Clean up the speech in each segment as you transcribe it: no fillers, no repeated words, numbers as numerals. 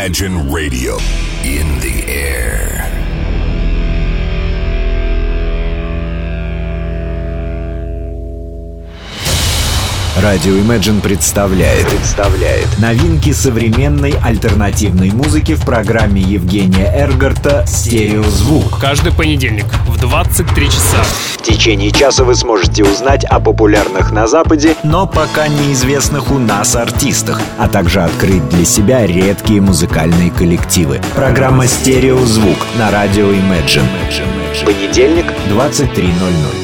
Imagine Radio in the air. Радио Imagine представляет новинки современной альтернативной музыки в программе Евгения Эргарта «Стереозвук». Каждый понедельник в 23 часа. В течение часа вы сможете узнать о популярных на Западе, но пока неизвестных у нас артистах, а также открыть для себя редкие музыкальные коллективы. Программа «Стереозвук» на радио Imagine. Понедельник, 23:00.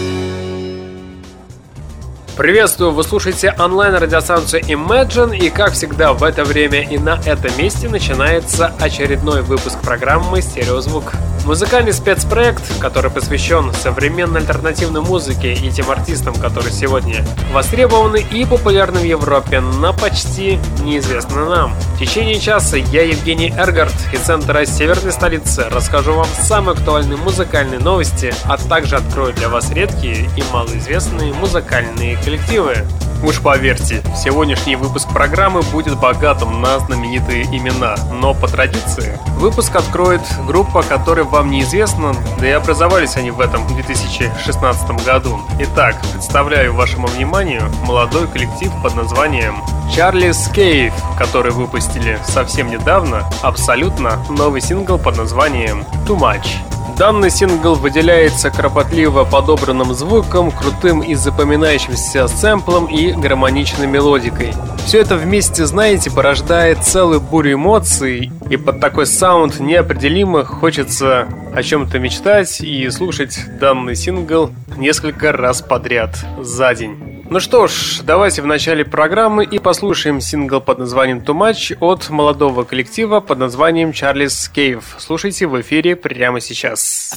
Приветствую, вы слушаете онлайн-радиостанцию Imagine, и как всегда в это время и на этом месте начинается очередной выпуск программы «Стереозвук». Музыкальный спецпроект, который посвящен современной альтернативной музыке и тем артистам, которые сегодня востребованы и популярны в Европе, но почти неизвестны нам. В течение часа я, Евгений Эргарт, из центра северной столицы, расскажу вам самые актуальные музыкальные новости, а также открою для вас редкие и малоизвестные музыкальные коллективы. Уж поверьте, сегодняшний выпуск программы будет богатым на знаменитые имена, но по традиции выпуск откроет группа, которая вам неизвестна, да и образовались они в этом 2016 году. Итак, представляю вашему вниманию молодой коллектив под названием Charlie's Cave, который выпустили совсем недавно абсолютно новый сингл под названием Too Much. Данный сингл выделяется кропотливо подобранным звуком, крутым и запоминающимся сэмплом и гармоничной мелодикой. Все это вместе, знаете, порождает целую бурю эмоций, и под такой саунд неопределимых хочется о чем-то мечтать и слушать данный сингл несколько раз подряд за день. Ну что ж, давайте в начале программы и послушаем сингл под названием Too Much от молодого коллектива под названием Charlie's Cave. Слушайте в эфире прямо сейчас.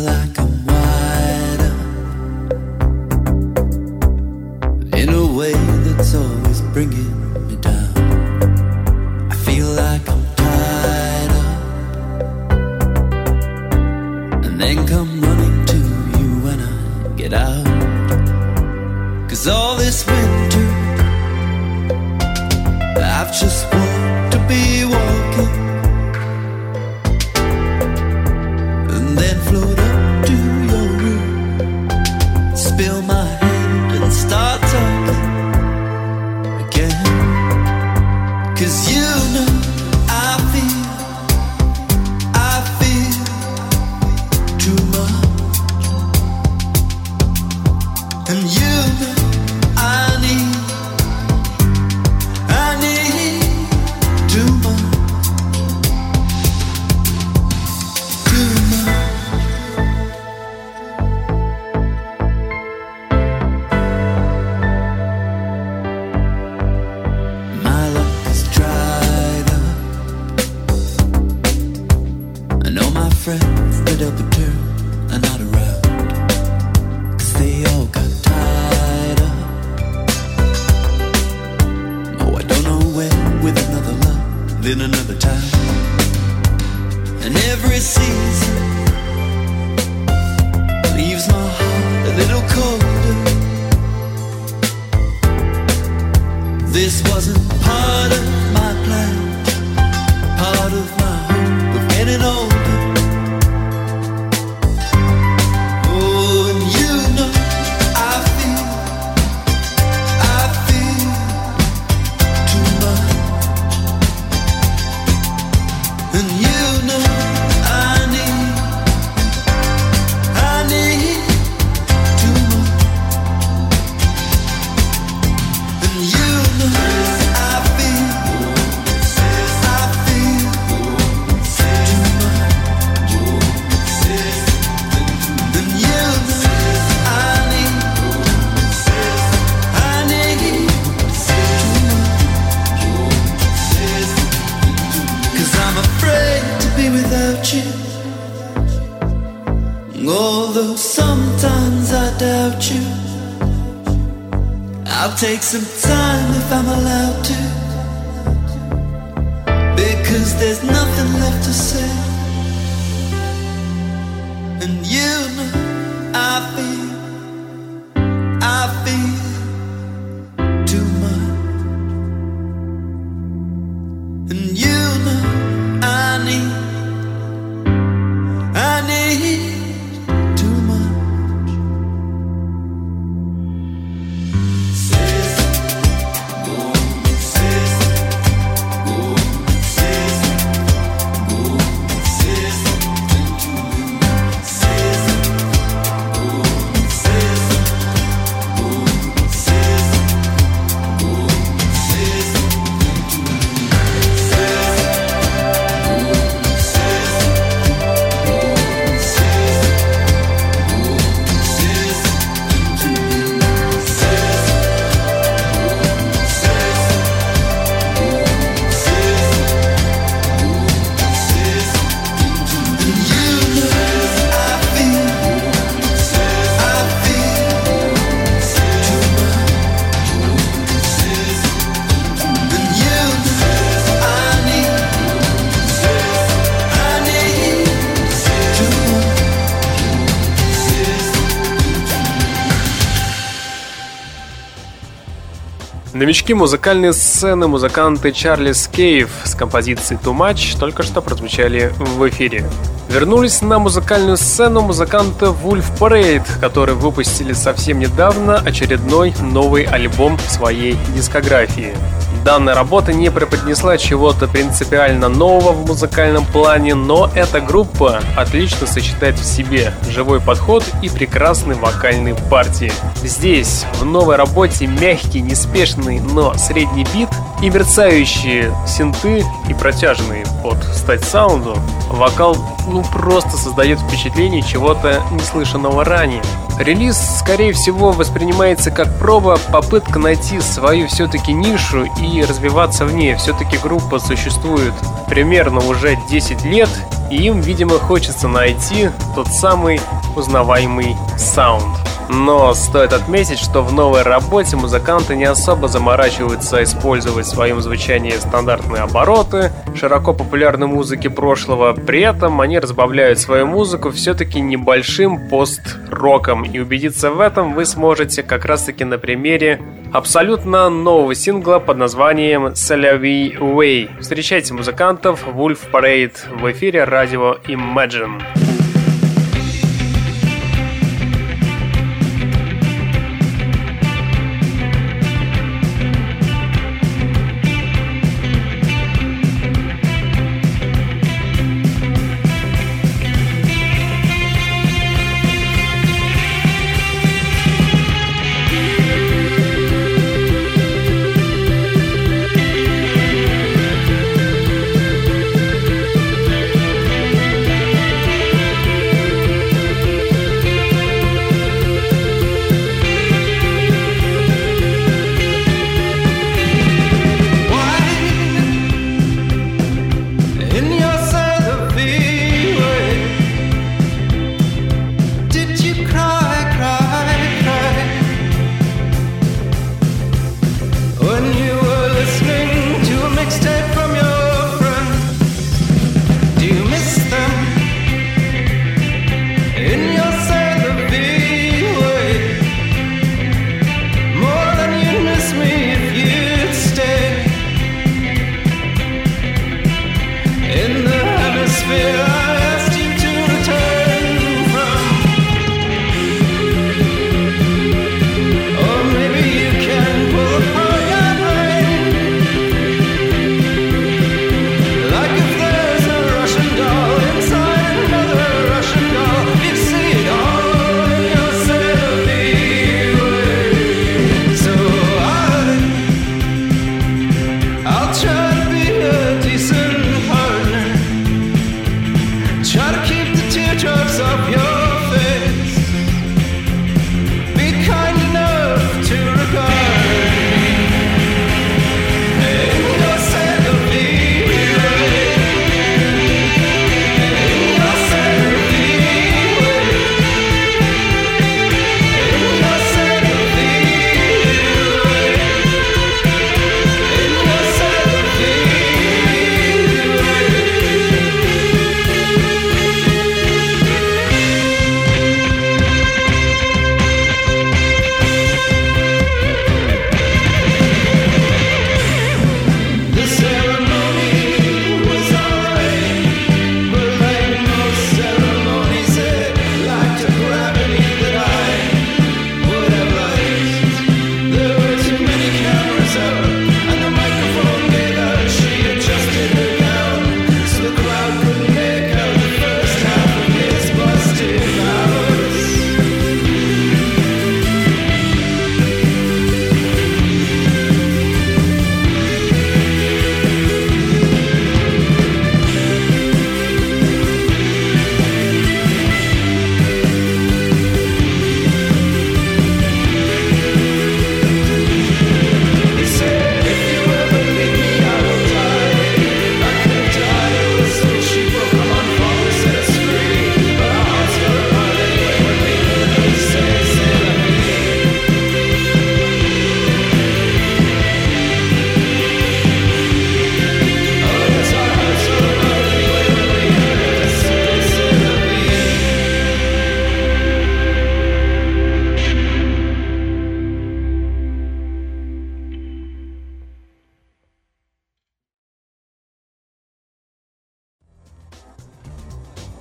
All this winter I've just wanted to be walking and then float up to your room, spill my hand and start talking again. 'Cause you know I feel too much, and you know I need too much, too much. My luck is dried up. I know my friends that up a turn are not around, 'cause they all got tied up. With another love, then another time, and every season leaves my heart a little colder. This wasn't part of my plan, part of my hope of getting older. Oh, and you know I feel too much. And you know I need too much. And you know I feel Although sometimes I doubt you, I'll take some time if I'm allowed to, because there's nothing left to say. And you know I feel too much. And you know Новички музыкальной сцены, музыканты Чарлис Кейв с композицией Too Much только что прозвучали в эфире. Вернулись на музыкальную сцену музыканты Wolf Parade, которые выпустили совсем недавно очередной новый альбом в своей дискографии. Данная работа не преподнесла чего-то принципиально нового в музыкальном плане, но эта группа отлично сочетает в себе живой подход и прекрасные вокальные партии. Здесь, в новой работе, мягкий, неспешный, но средний бит и мерцающие синты и протяжные под стать-саунду, вокал просто создает впечатление чего-то неслышанного ранее. Релиз, скорее всего, воспринимается как проба, попытка найти свою все-таки нишу и развиваться в ней. Все-таки группа существует примерно уже 10 лет, и им, видимо, хочется найти тот самый узнаваемый саунд. Но стоит отметить, что в новой работе музыканты не особо заморачиваются использовать в своем звучании стандартные обороты широко популярной музыки прошлого. При этом они разбавляют свою музыку все-таки небольшим пост-роком. И убедиться в этом вы сможете как раз-таки на примере абсолютно нового сингла под названием Salavi Way. Встречайте музыкантов Wolf Parade в эфире радио Imagine.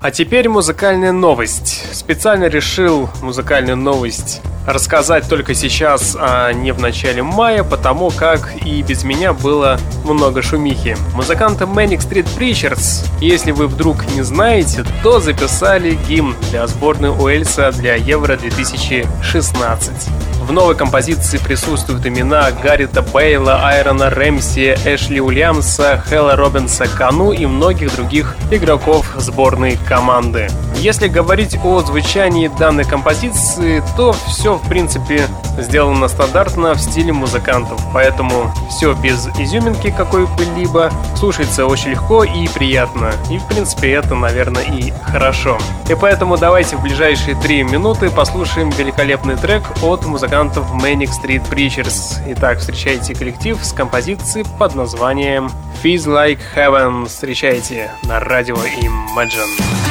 А теперь музыкальная новость. Специально решил музыкальную новость рассказать только сейчас, а не в начале мая, потому как и без меня было много шумихи. Музыканты Manic Street Preachers, если вы вдруг не знаете, то записали гимн для сборной Уэльса для Евро 2016. В новой композиции присутствуют имена Гаррита Бейла, Айрона Рэмси, Эшли Уильямса, Хэлла Робинса Кану и многих других игроков сборной команды. Если говорить о звучании данной композиции, то все в принципе сделано стандартно в стиле музыкантов, поэтому все без изюминки какой-либо, слушается очень легко и приятно. И в принципе это, наверное, и хорошо. И поэтому давайте в ближайшие 3 минуты послушаем великолепный трек от музыкантов Manic Street Preachers. Итак, встречайте коллектив с композицией под названием Feels Like Heaven. Встречайте на радио Imagine.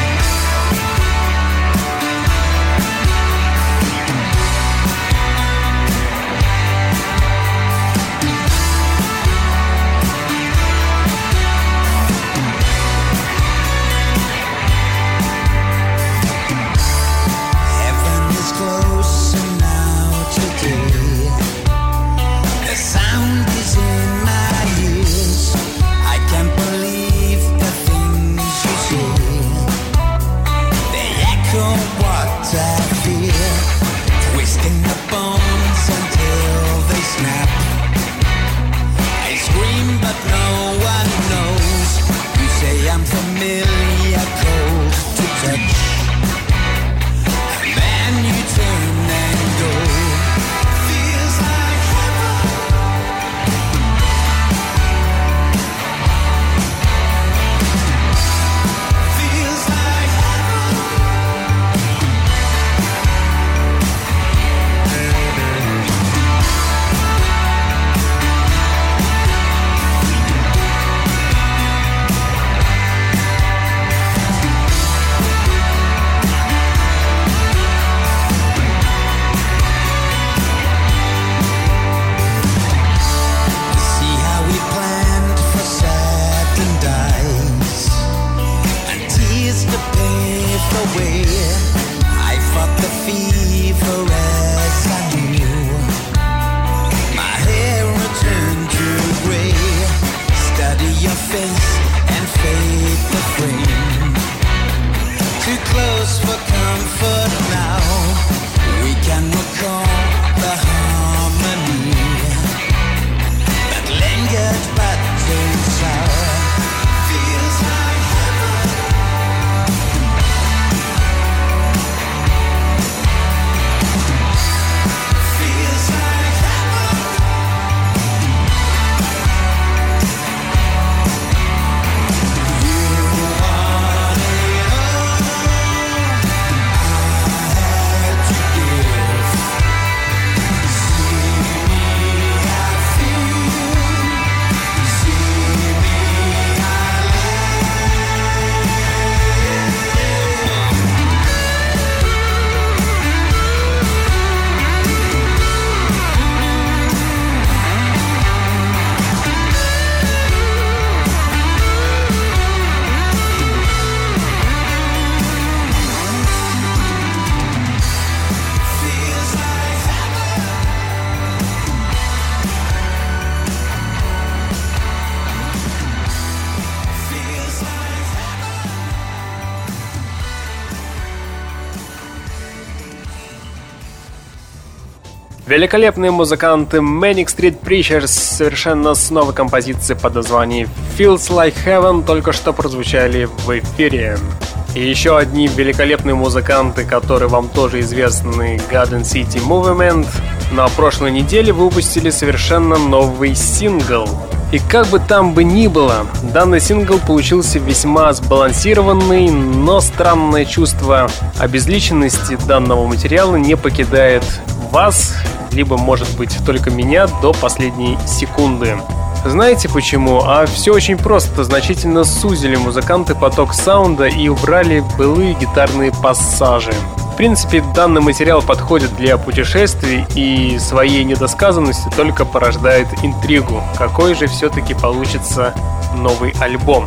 Великолепные музыканты Manic Street Preachers совершенно с новой композицией под названием Feels Like Heaven только что прозвучали в эфире. И еще одни великолепные музыканты, которые вам тоже известны, Garden City Movement, на прошлой неделе выпустили совершенно новый сингл. И как бы там бы ни было, данный сингл получился весьма сбалансированный, но странное чувство обезличенности данного материала не покидает вас, либо, может быть, только меня до последней секунды. Знаете почему? А все очень просто. Значительно сузили музыканты поток саунда и убрали былые гитарные пассажи. В принципе, данный материал подходит для путешествий и своей недосказанностью только порождает интригу, какой же все-таки получится новый альбом.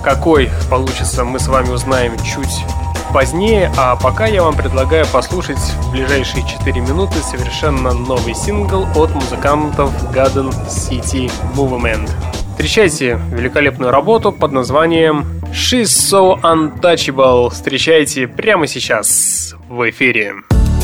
Какой получится, мы с вами узнаем чуть позднее, а пока я вам предлагаю послушать в ближайшие 4 минуты совершенно новый сингл от музыкантов Garden City Movement. Встречайте великолепную работу под названием She's So Untouchable. Встречайте прямо сейчас в эфире.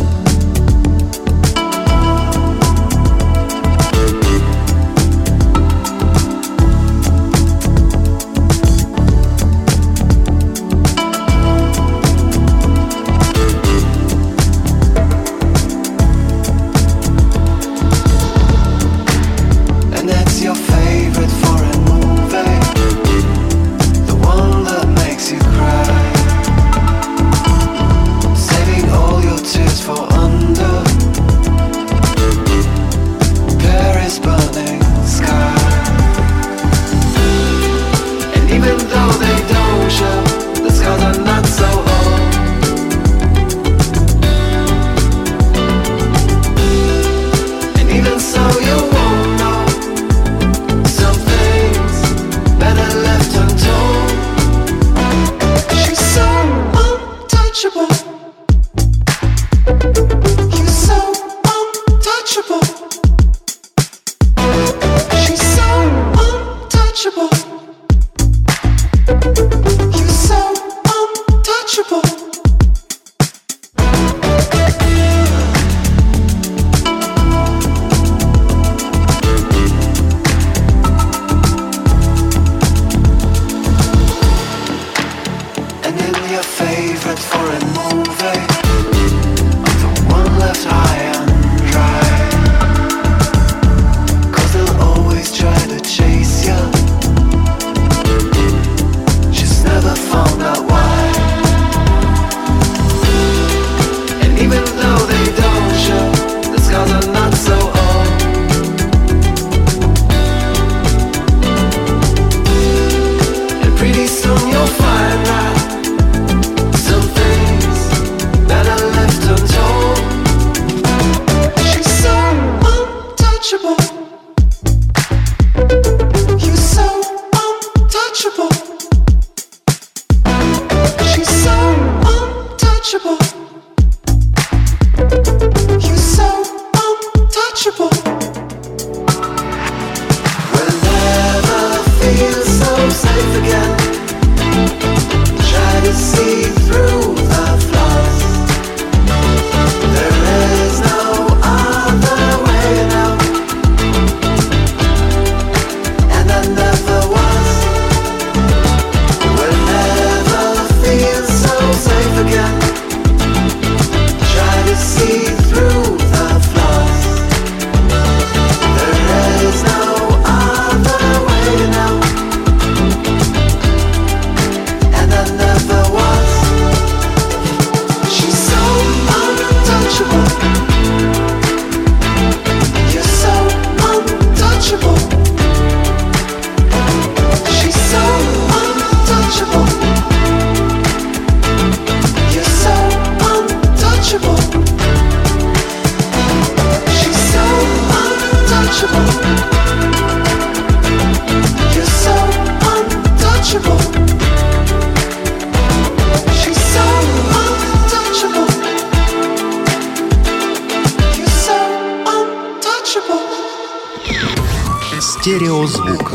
Стереозвук.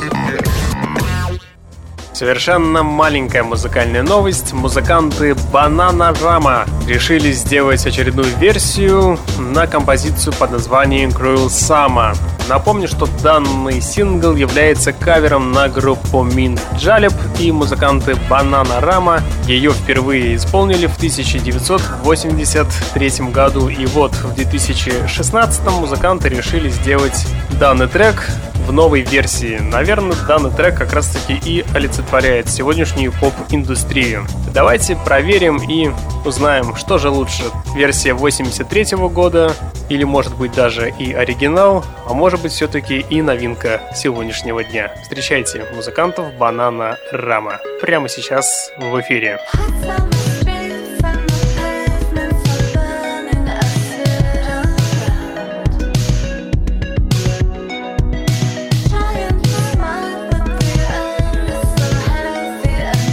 Совершенно маленькая музыкальная новость. Музыканты Bananarama решили сделать очередную версию на композицию под названием Cruel Summer. Напомню, что данный сингл является кавером на группу Mint Jaleb, и музыканты Bananarama ее впервые исполнили в 1983 году. И вот в 2016 музыканты решили сделать данный трек в новой версии. Наверное, данный трек как раз таки и олицетворяет сегодняшнюю поп-индустрию. Давайте проверим и узнаем, что же лучше: версия 83 года или, может быть, даже и оригинал, а может быть, все-таки и новинка сегодняшнего дня. Встречайте музыкантов Bananarama прямо сейчас в эфире. Trying to smile, but the air is so heavy.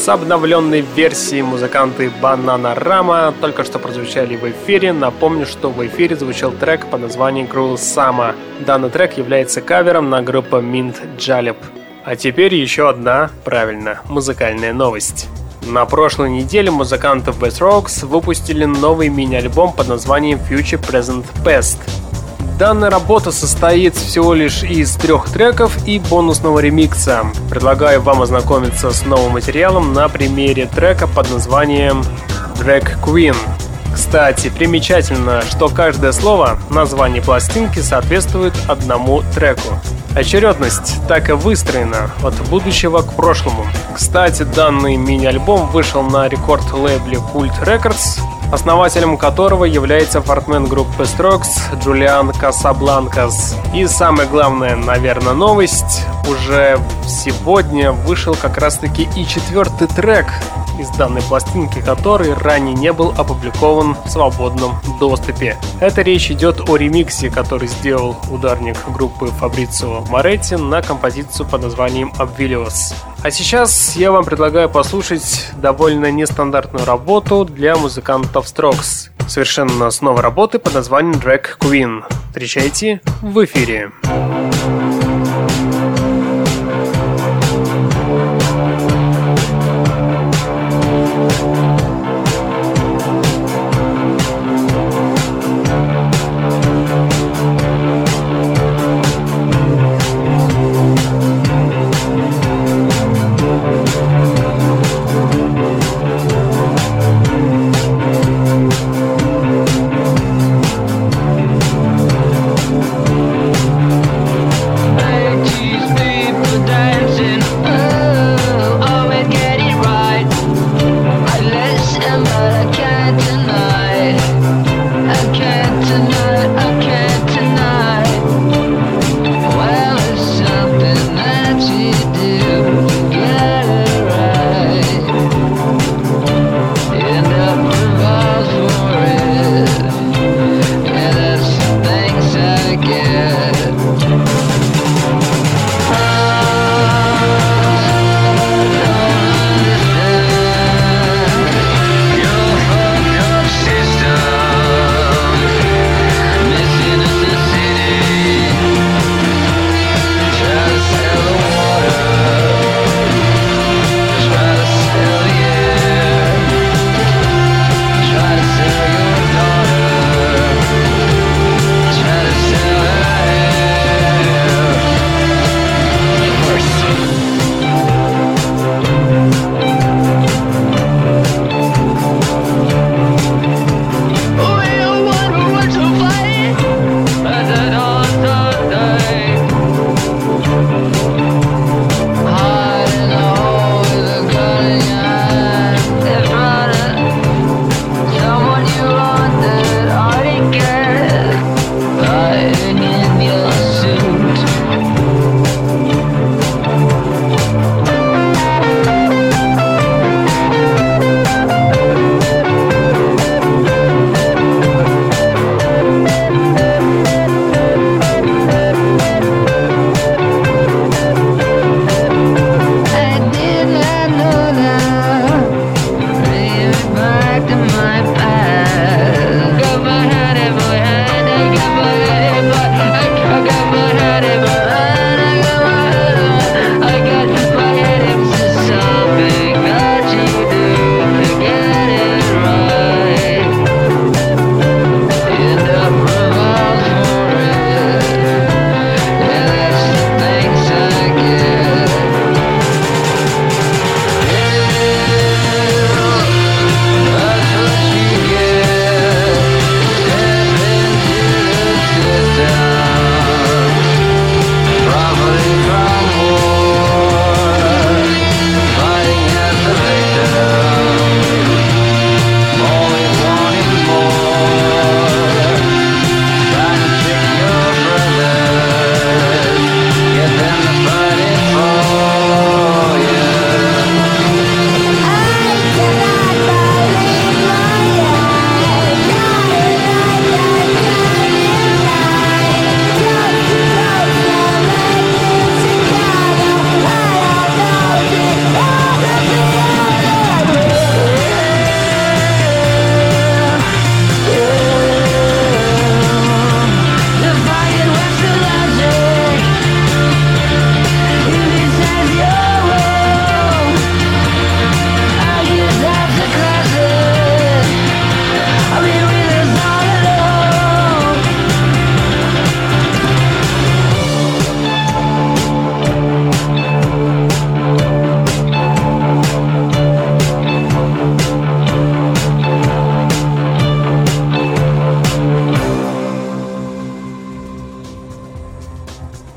С обновленной версией музыканты Bananarama только что прозвучали в эфире. Напомню, что в эфире звучал трек под названием Cruel Summer. Данный трек является кавером на группу Mint Julep. А теперь еще одна, правильно, музыкальная новость. На прошлой неделе музыканты West Rocks выпустили новый мини-альбом под названием Future Present Past. Данная работа состоит всего лишь из 3 треков и бонусного ремикса. Предлагаю вам ознакомиться с новым материалом на примере трека под названием Drag Queen. Кстати, примечательно, что каждое слово названия пластинки соответствует одному треку. Очередность так и выстроена от будущего к прошлому. Кстати, данный мини-альбом вышел на рекорд-лейбле Cult Records, основателем которого является фронтмен группы Strokes Джулиан Касабланкас. И самая главная, наверное, новость: уже сегодня вышел как раз-таки и 4-й трек из данной пластинки, который ранее не был опубликован в свободном доступе. Это речь идет о ремиксе, который сделал ударник группы Фабрицио Моретти на композицию под названием Obvious. А сейчас я вам предлагаю послушать довольно нестандартную работу для музыкантов Strokes. Совершенно с новой работы под названием Drag Queen. Встречайте в эфире.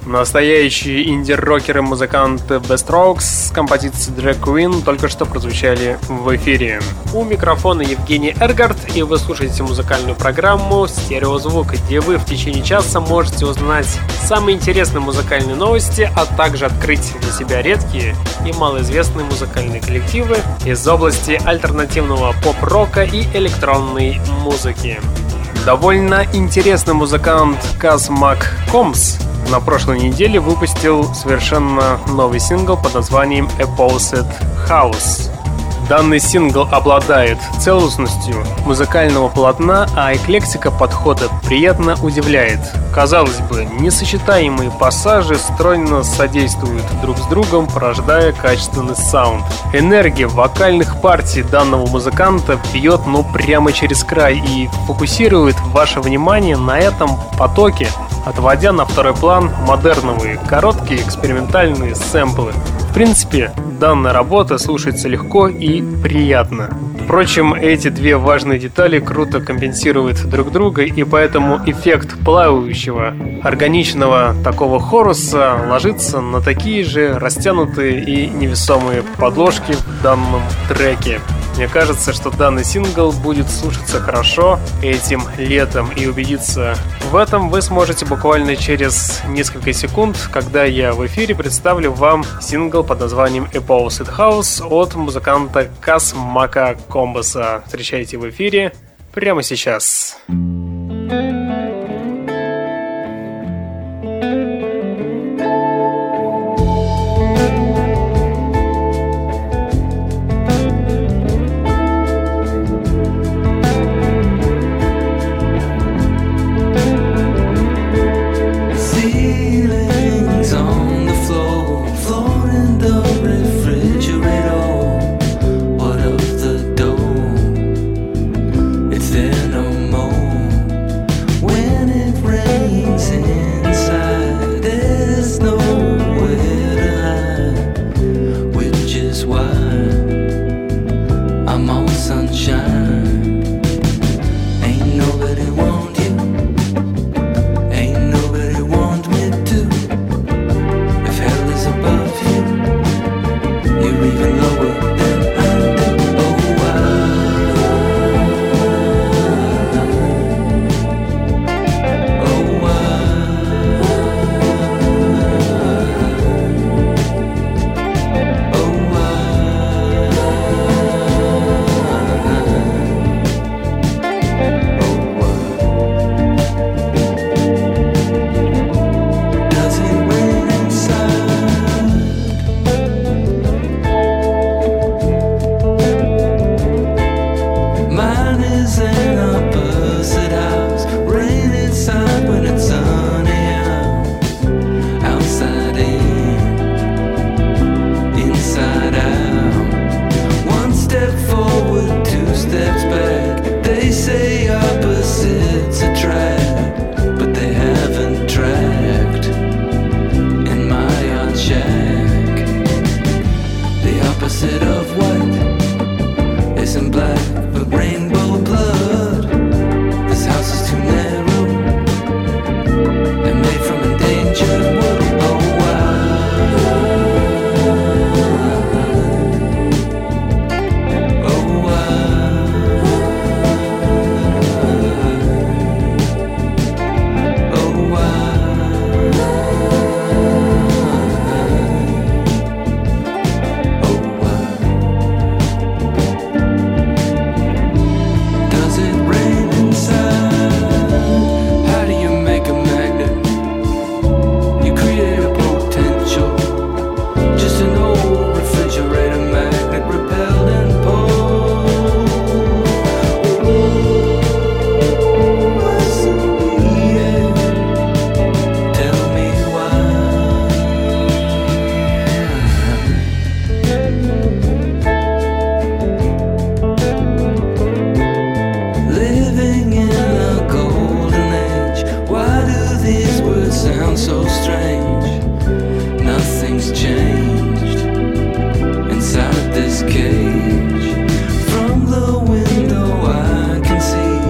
Настоящие инди-рокеры музыканты The Strokes с композицией Drag Queen только что прозвучали в эфире. У микрофона Евгений Эргард, и вы слушаете музыкальную программу «Стереозвук», где вы в течение часа можете узнать самые интересные музыкальные новости, а также открыть для себя редкие и малоизвестные музыкальные коллективы из области альтернативного поп-рока и электронной музыки. Довольно интересный музыкант Каз МакКомбс на прошлой неделе выпустил совершенно новый сингл под названием Opposite House. Данный сингл обладает целостностью музыкального полотна, а эклектика подхода приятно удивляет. Казалось бы, несочетаемые пассажи стройно содействуют друг с другом, порождая качественный саунд. Энергия вокальных партий данного музыканта бьет прямо через край и фокусирует ваше внимание на этом потоке, отводя на второй план модерновые, короткие экспериментальные сэмплы. В принципе, данная работа слушается легко и приятно. Впрочем, эти две важные детали круто компенсируют друг друга, и поэтому эффект плавающего, органичного такого хоруса ложится на такие же растянутые и невесомые подложки в данном треке. Мне кажется, что данный сингл будет слушаться хорошо этим летом, и убедиться в этом вы сможете буквально через несколько секунд, когда я в эфире представлю вам сингл под названием Opposite House от музыканта Каз МакКомбса. Встречайте в эфире прямо сейчас.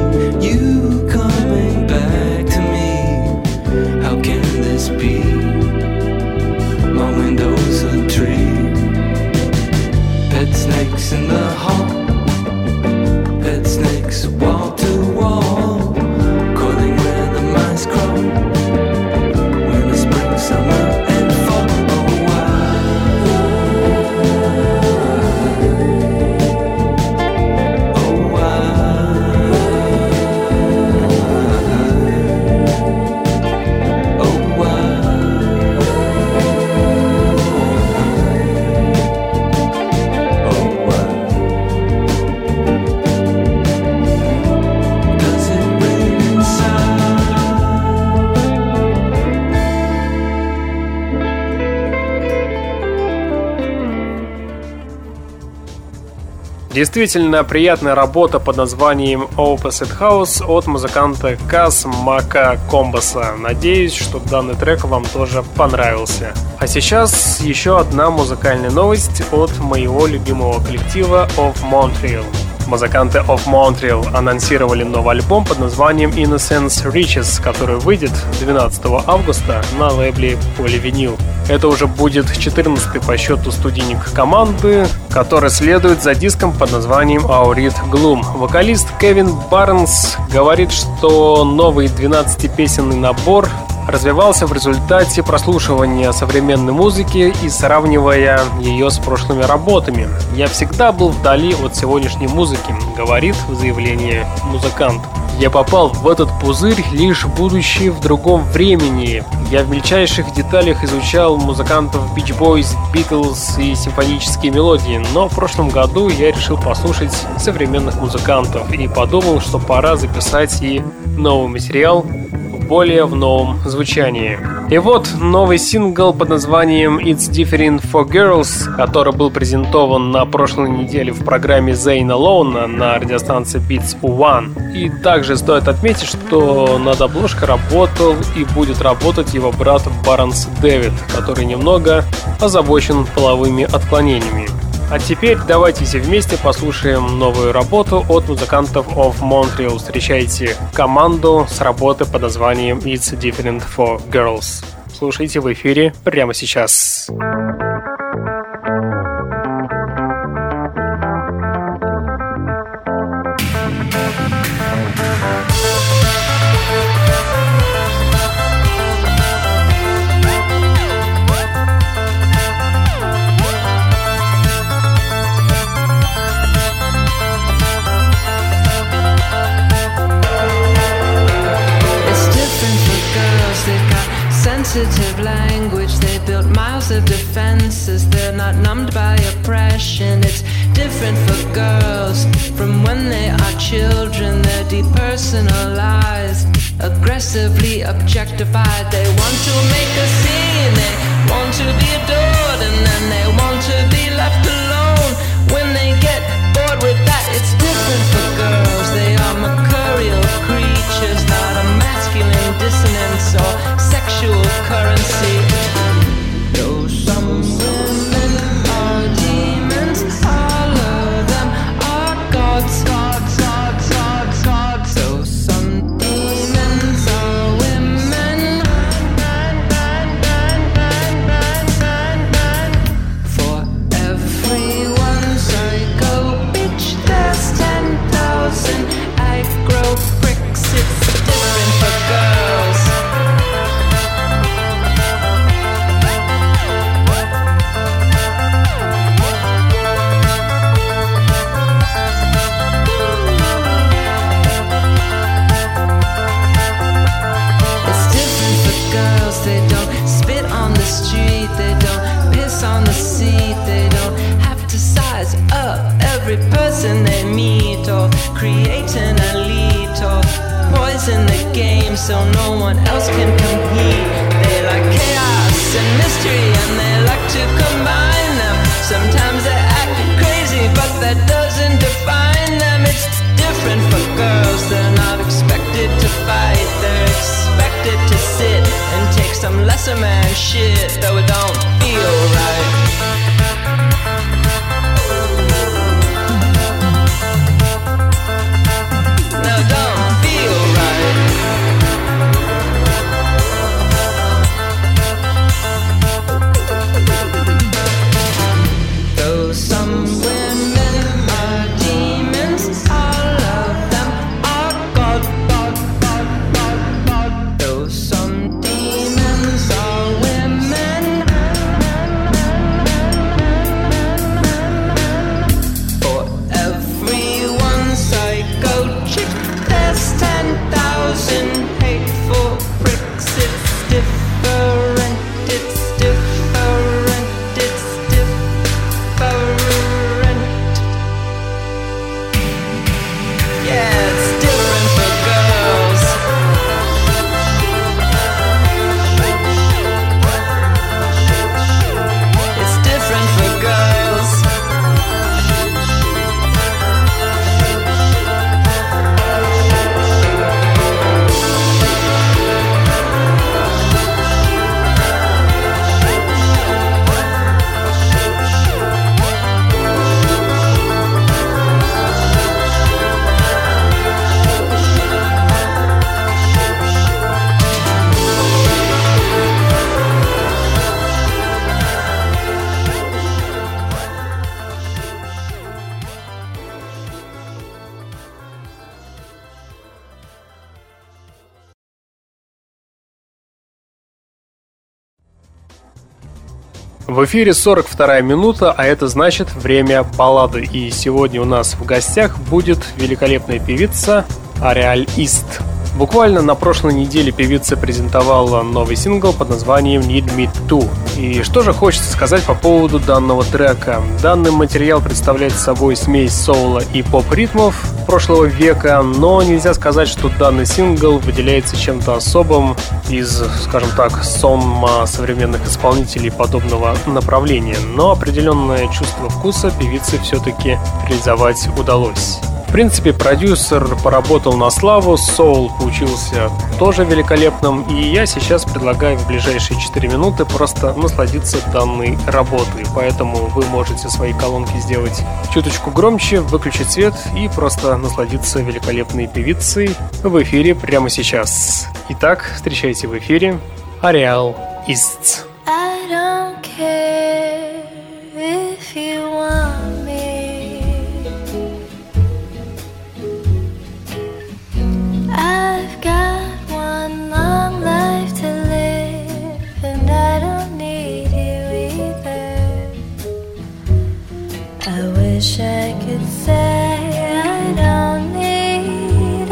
How can this be? Действительно приятная работа под названием Opposite House от музыканта Каз Мака Комбаса. Надеюсь, что данный трек вам тоже понравился. А сейчас еще одна музыкальная новость от моего любимого коллектива Of Montreal. Музыканты Of Montreal анонсировали новый альбом под названием Innocence Riches, который выйдет 12 августа на лейбле Polyvinyl. Это уже будет 14-й по счету студийник команды, который следует за диском под названием Aurid Gloom. Вокалист Кевин Барнс говорит, что новый 12-песенный набор развивался в результате прослушивания современной музыки и сравнивая ее с прошлыми работами. «Я всегда был вдали от сегодняшней музыки», — говорит в заявлении музыкант. «Я попал в этот пузырь, лишь будучи в другом времени. Я в мельчайших деталях изучал музыкантов Beach Boys, Beatles и симфонические мелодии, но в прошлом году я решил послушать современных музыкантов и подумал, что пора записать и новый материал, более в новом звучании». И вот новый сингл под названием It's Different for Girls, который был презентован на прошлой неделе в программе Zayn Alone на радиостанции Beats One. И также стоит отметить, что над обложкой работал и будет работать его брат Барнс Дэвид, который немного озабочен половыми отклонениями. А теперь давайте все вместе послушаем новую работу от музыкантов Of Montreal. Встречайте команду с работы под названием It's Different for Girls. Слушайте в эфире прямо сейчас. Sensitive language, they built miles of defenses. They're not numbed by oppression. It's different for girls from when they are children. They're depersonalized, aggressively objectified. They want to make a scene, they want to be adored, and then they want to be left alone. When they get bored with that, it's different for girls. They are mercurial creatures, not a masculine dissonance or sexual currency. Though some women are demons, all of them are gods. Though some demons are women, for everyone psycho bitch, there's 10,000 aggro pricks. It's different for girls. They don't spit on the street, they don't piss on the seat, they don't have to size up every person they meet, or create an elite, or poison the game so no one else can compete. They like chaos and mystery, and they like to combine them. Sometimes they act crazy, but that doesn't define them. It's different for girls, they're not expected to fight, they're expected to sit and take some lesser man shit, though it don't feel right. No, don't feel right. Though some women are demons, all of them are God. Though some demons are women, В эфире 42-я минута, а это значит время баллады. И сегодня у нас в гостях будет великолепная певица Ариэль Ист. Буквально на прошлой неделе певица презентовала новый сингл под названием Need Me Too. И что же хочется сказать по поводу данного трека. Данный материал представляет собой смесь соула и поп-ритмов прошлого века, но нельзя сказать, что данный сингл выделяется чем-то особым из, скажем так, сонма современных исполнителей подобного направления. Но определенное чувство вкуса певице все-таки реализовать удалось. В принципе, продюсер поработал на славу, соул получился тоже великолепным, и я сейчас предлагаю в ближайшие 4 минуты просто насладиться данной работой. Поэтому вы можете свои колонки сделать чуточку громче, выключить свет и просто насладиться великолепной певицей в эфире прямо сейчас. Итак, встречайте в эфире Ариэль Ист. Wish I could say I don't need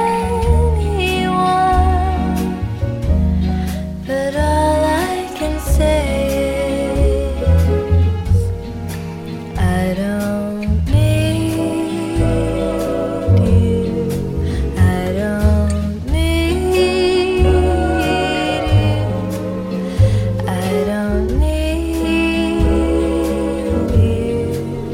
anyone, but all I can say is I don't need you. I don't need you. I don't need you.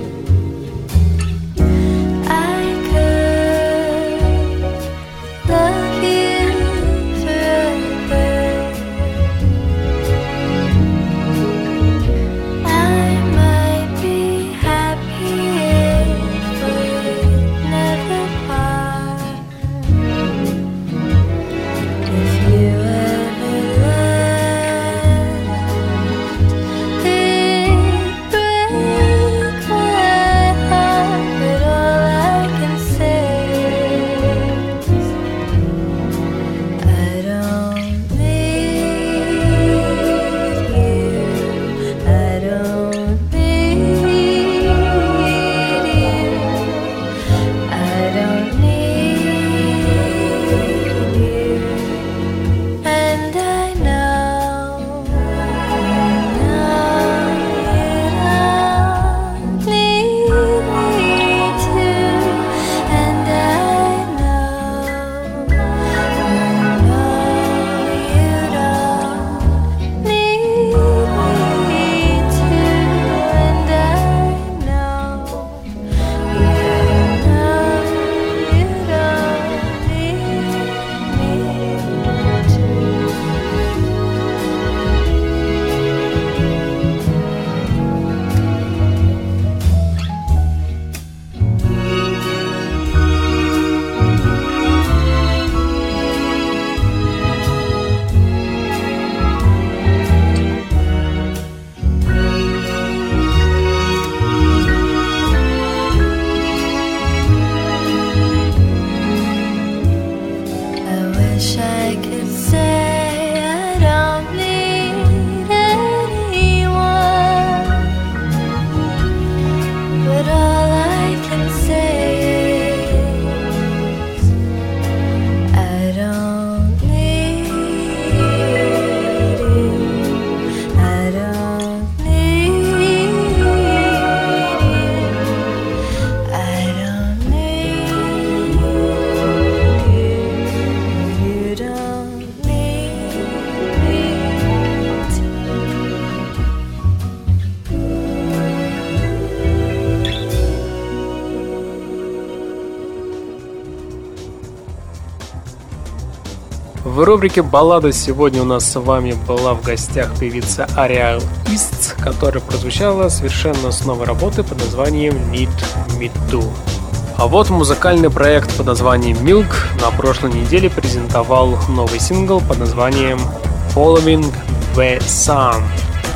В рубрике «Баллада» сегодня у нас с вами была в гостях певица Ариэль Ист, которая прозвучала совершенно с новой работы под названием Need Me Too. А вот музыкальный проект под названием Milk на прошлой неделе презентовал новый сингл под названием Following the Sun.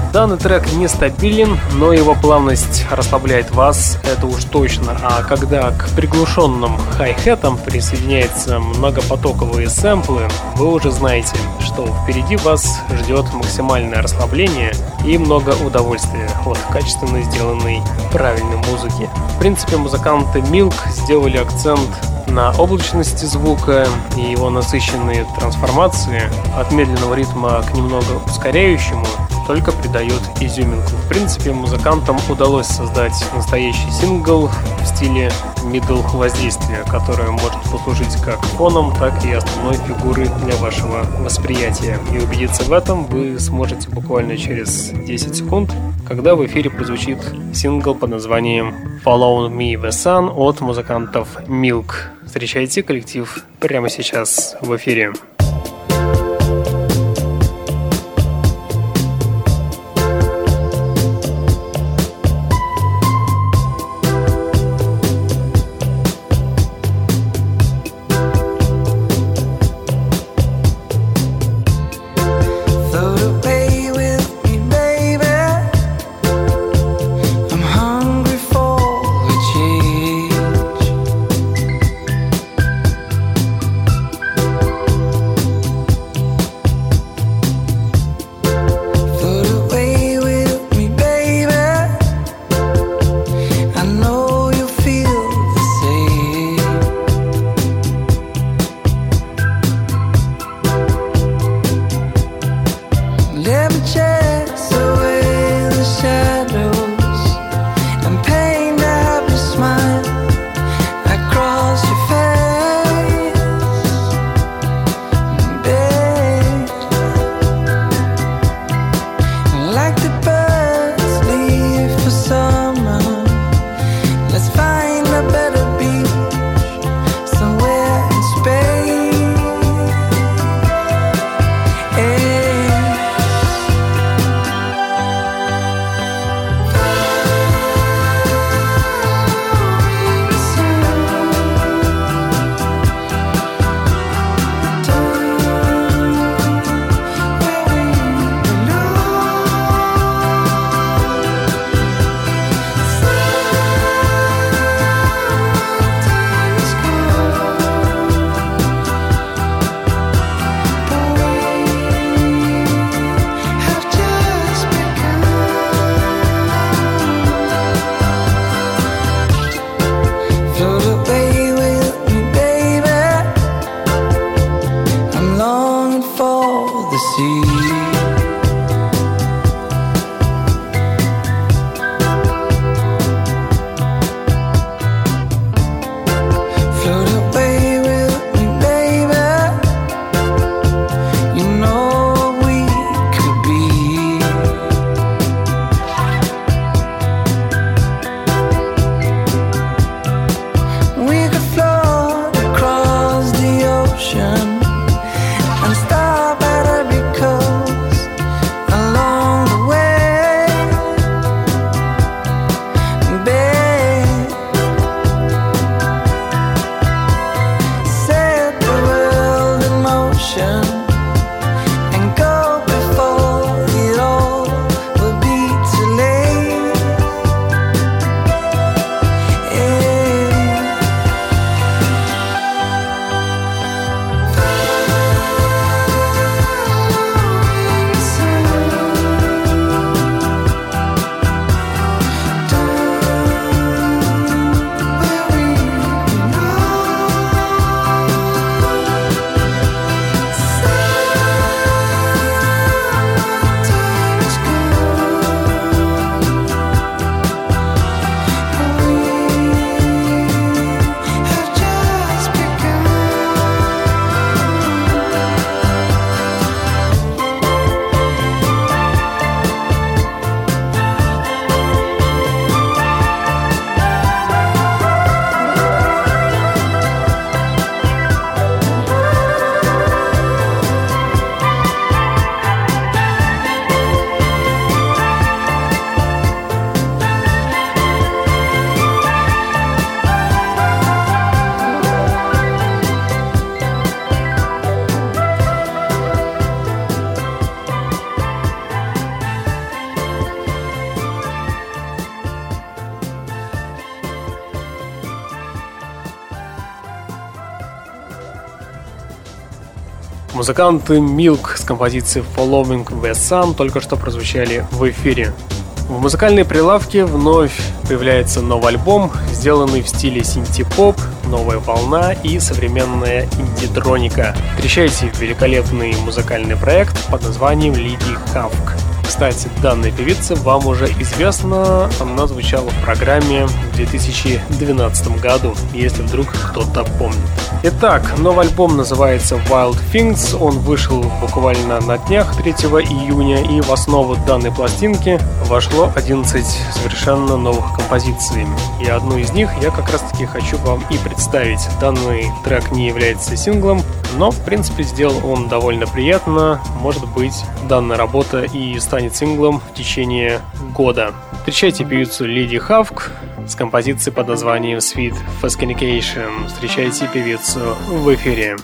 Данный трек нестабилен, но его плавность расслабляет вас, это уж точно. А когда к приглушенным хай-хетам присоединяются многопотоковые сэмплы, вы уже знаете, что впереди вас ждет максимальное расслабление и много удовольствия от качественно сделанной правильной музыки. В принципе, музыканты Milk сделали акцент на облачности звука, и его насыщенные трансформации от медленного ритма к немного ускоряющему только придает изюминку. В принципе, музыкантам удалось создать настоящий сингл в стиле middle воздействия, которое может послужить как фоном, так и основной фигурой для вашего восприятия. И убедиться в этом вы сможете буквально через 10 секунд, когда в эфире прозвучит сингл под названием Follow Me the Sun от музыкантов Milk. Встречайте коллектив прямо сейчас в эфире. And stop at every coast Музыканты Milk с композицией Following the Sun только что прозвучали в эфире. В музыкальной прилавке вновь появляется новый альбом, сделанный в стиле синти-поп, новая волна и современная инди-троника. Встречайте великолепный музыкальный проект под названием Lady Hawk. Кстати, данная певица вам уже известна, она звучала в программе в 2012 году, если вдруг кто-то помнит. Итак, новый альбом называется Wild Things, он вышел буквально на днях 3 июня, и в основу данной пластинки вошло 11 совершенно новых композиций. И одну из них я как раз таки хочу вам и представить. Данный трек не является синглом, но в принципе сделал он довольно приятно. Может быть, данная работа и станет синглом в течение года. Встречайте певицу Lady Hawk с композицией под названием Sweet Fascination. Встречайте певицу в эфире.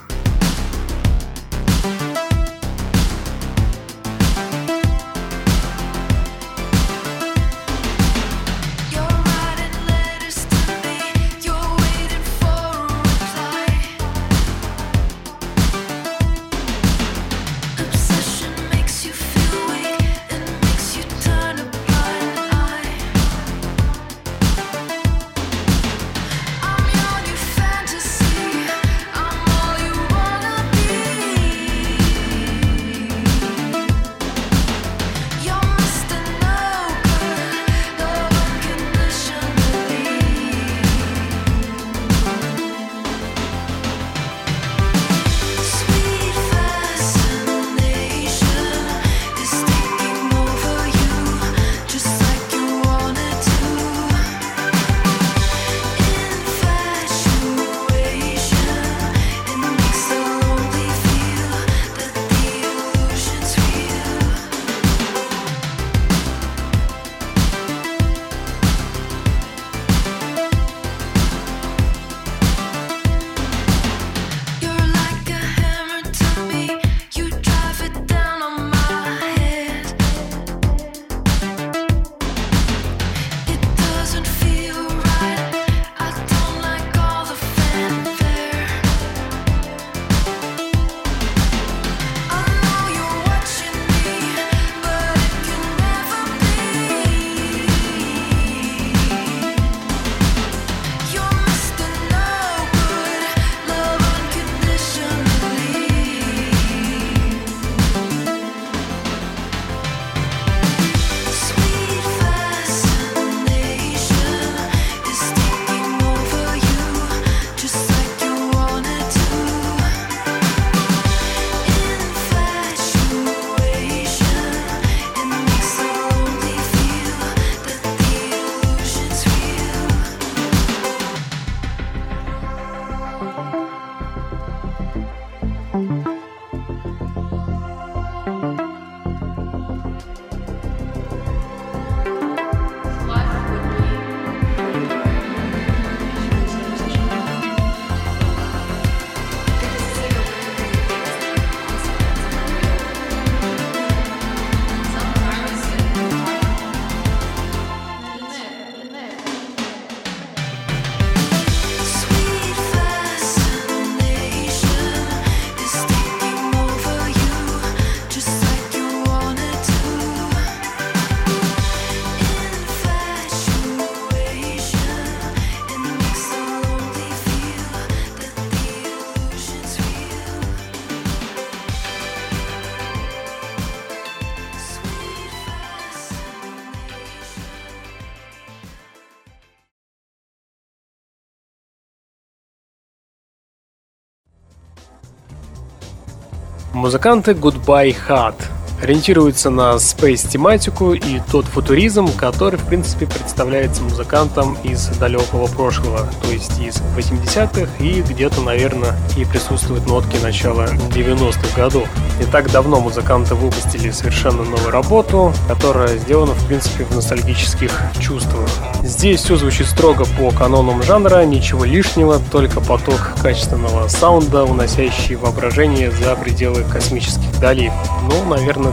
Музыканты Goodbye Hot ориентируются на спейс-тематику и тот футуризм, который, в принципе, представляется музыкантам из далекого прошлого, то есть из 80-х, и где-то, наверное, и присутствуют нотки начала 90-х годов. Не так давно музыканты выпустили совершенно новую работу, которая сделана, в принципе, в ностальгических чувствах. Здесь все звучит строго по канонам жанра, ничего лишнего, только поток качественного саунда, уносящий воображение за пределы космических далей. Ну, наверное,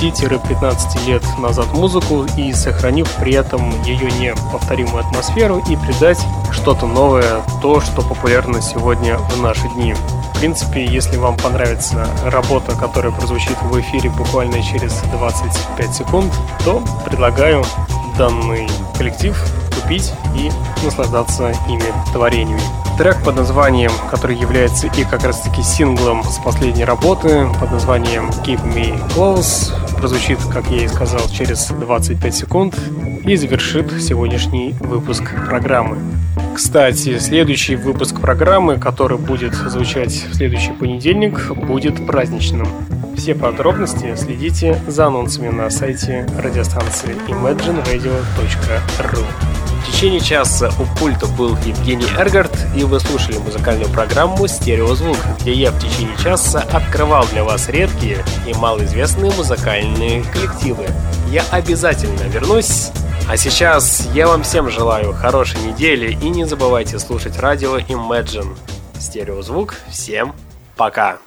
20-15 лет назад музыку и сохранив при этом ее неповторимую атмосферу и придать что-то новое, то, что популярно сегодня в наши дни. В принципе, если вам понравится работа, которая прозвучит в эфире буквально через 25 секунд, то предлагаю данный коллектив купить и наслаждаться ими творениями. Трек под названием, который является и как раз таки синглом с последней работы, под названием Keep Me Close, прозвучит, как я и сказал, через 25 секунд и завершит сегодняшний выпуск программы. Кстати, следующий выпуск программы, который будет звучать в следующий понедельник, будет праздничным. Все подробности следите за анонсами на сайте радиостанции imagineradio.ru. В течение часа у пульта был Евгений Эргард, и вы слушали музыкальную программу «Стереозвук», где я в течение часа открывал для вас редкие и малоизвестные музыкальные коллективы. Я обязательно вернусь. А сейчас я вам всем желаю хорошей недели и не забывайте слушать радио Imagine. Стереозвук. Всем пока.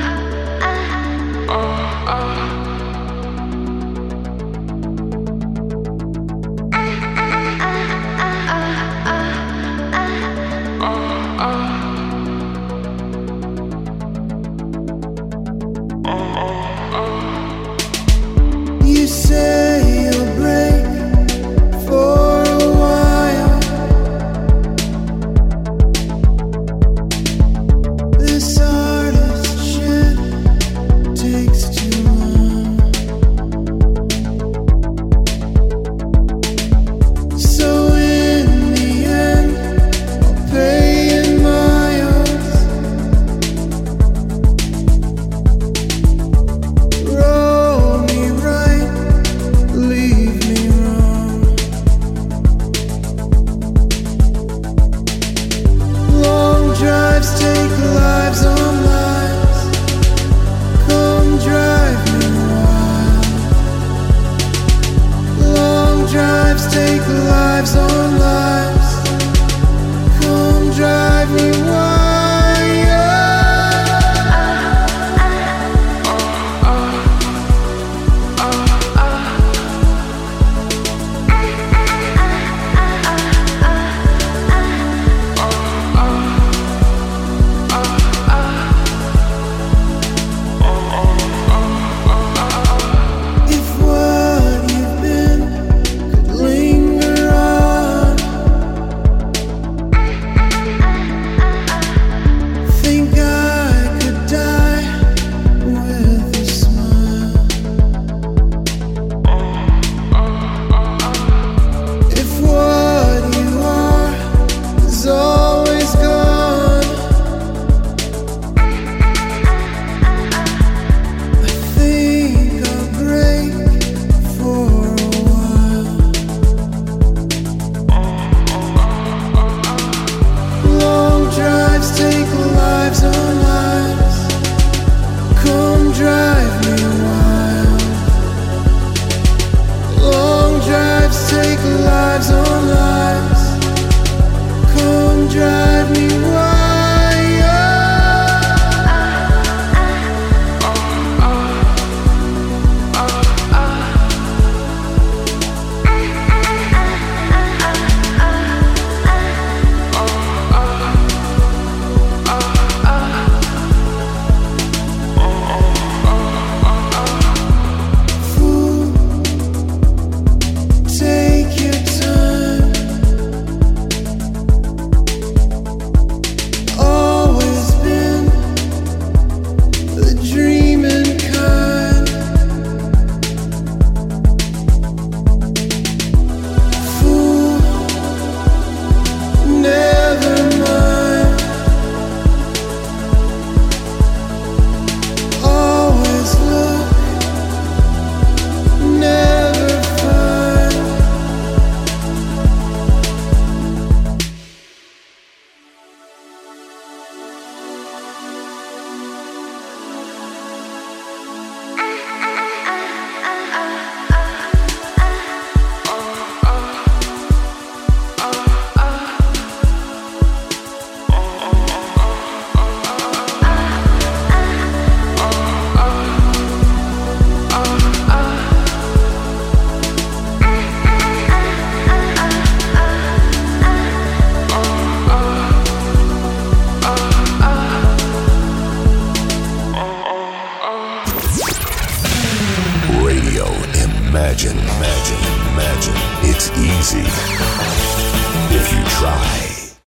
You say you'll break for a while. This artist shit takes too long. Imagine it's easy if you try.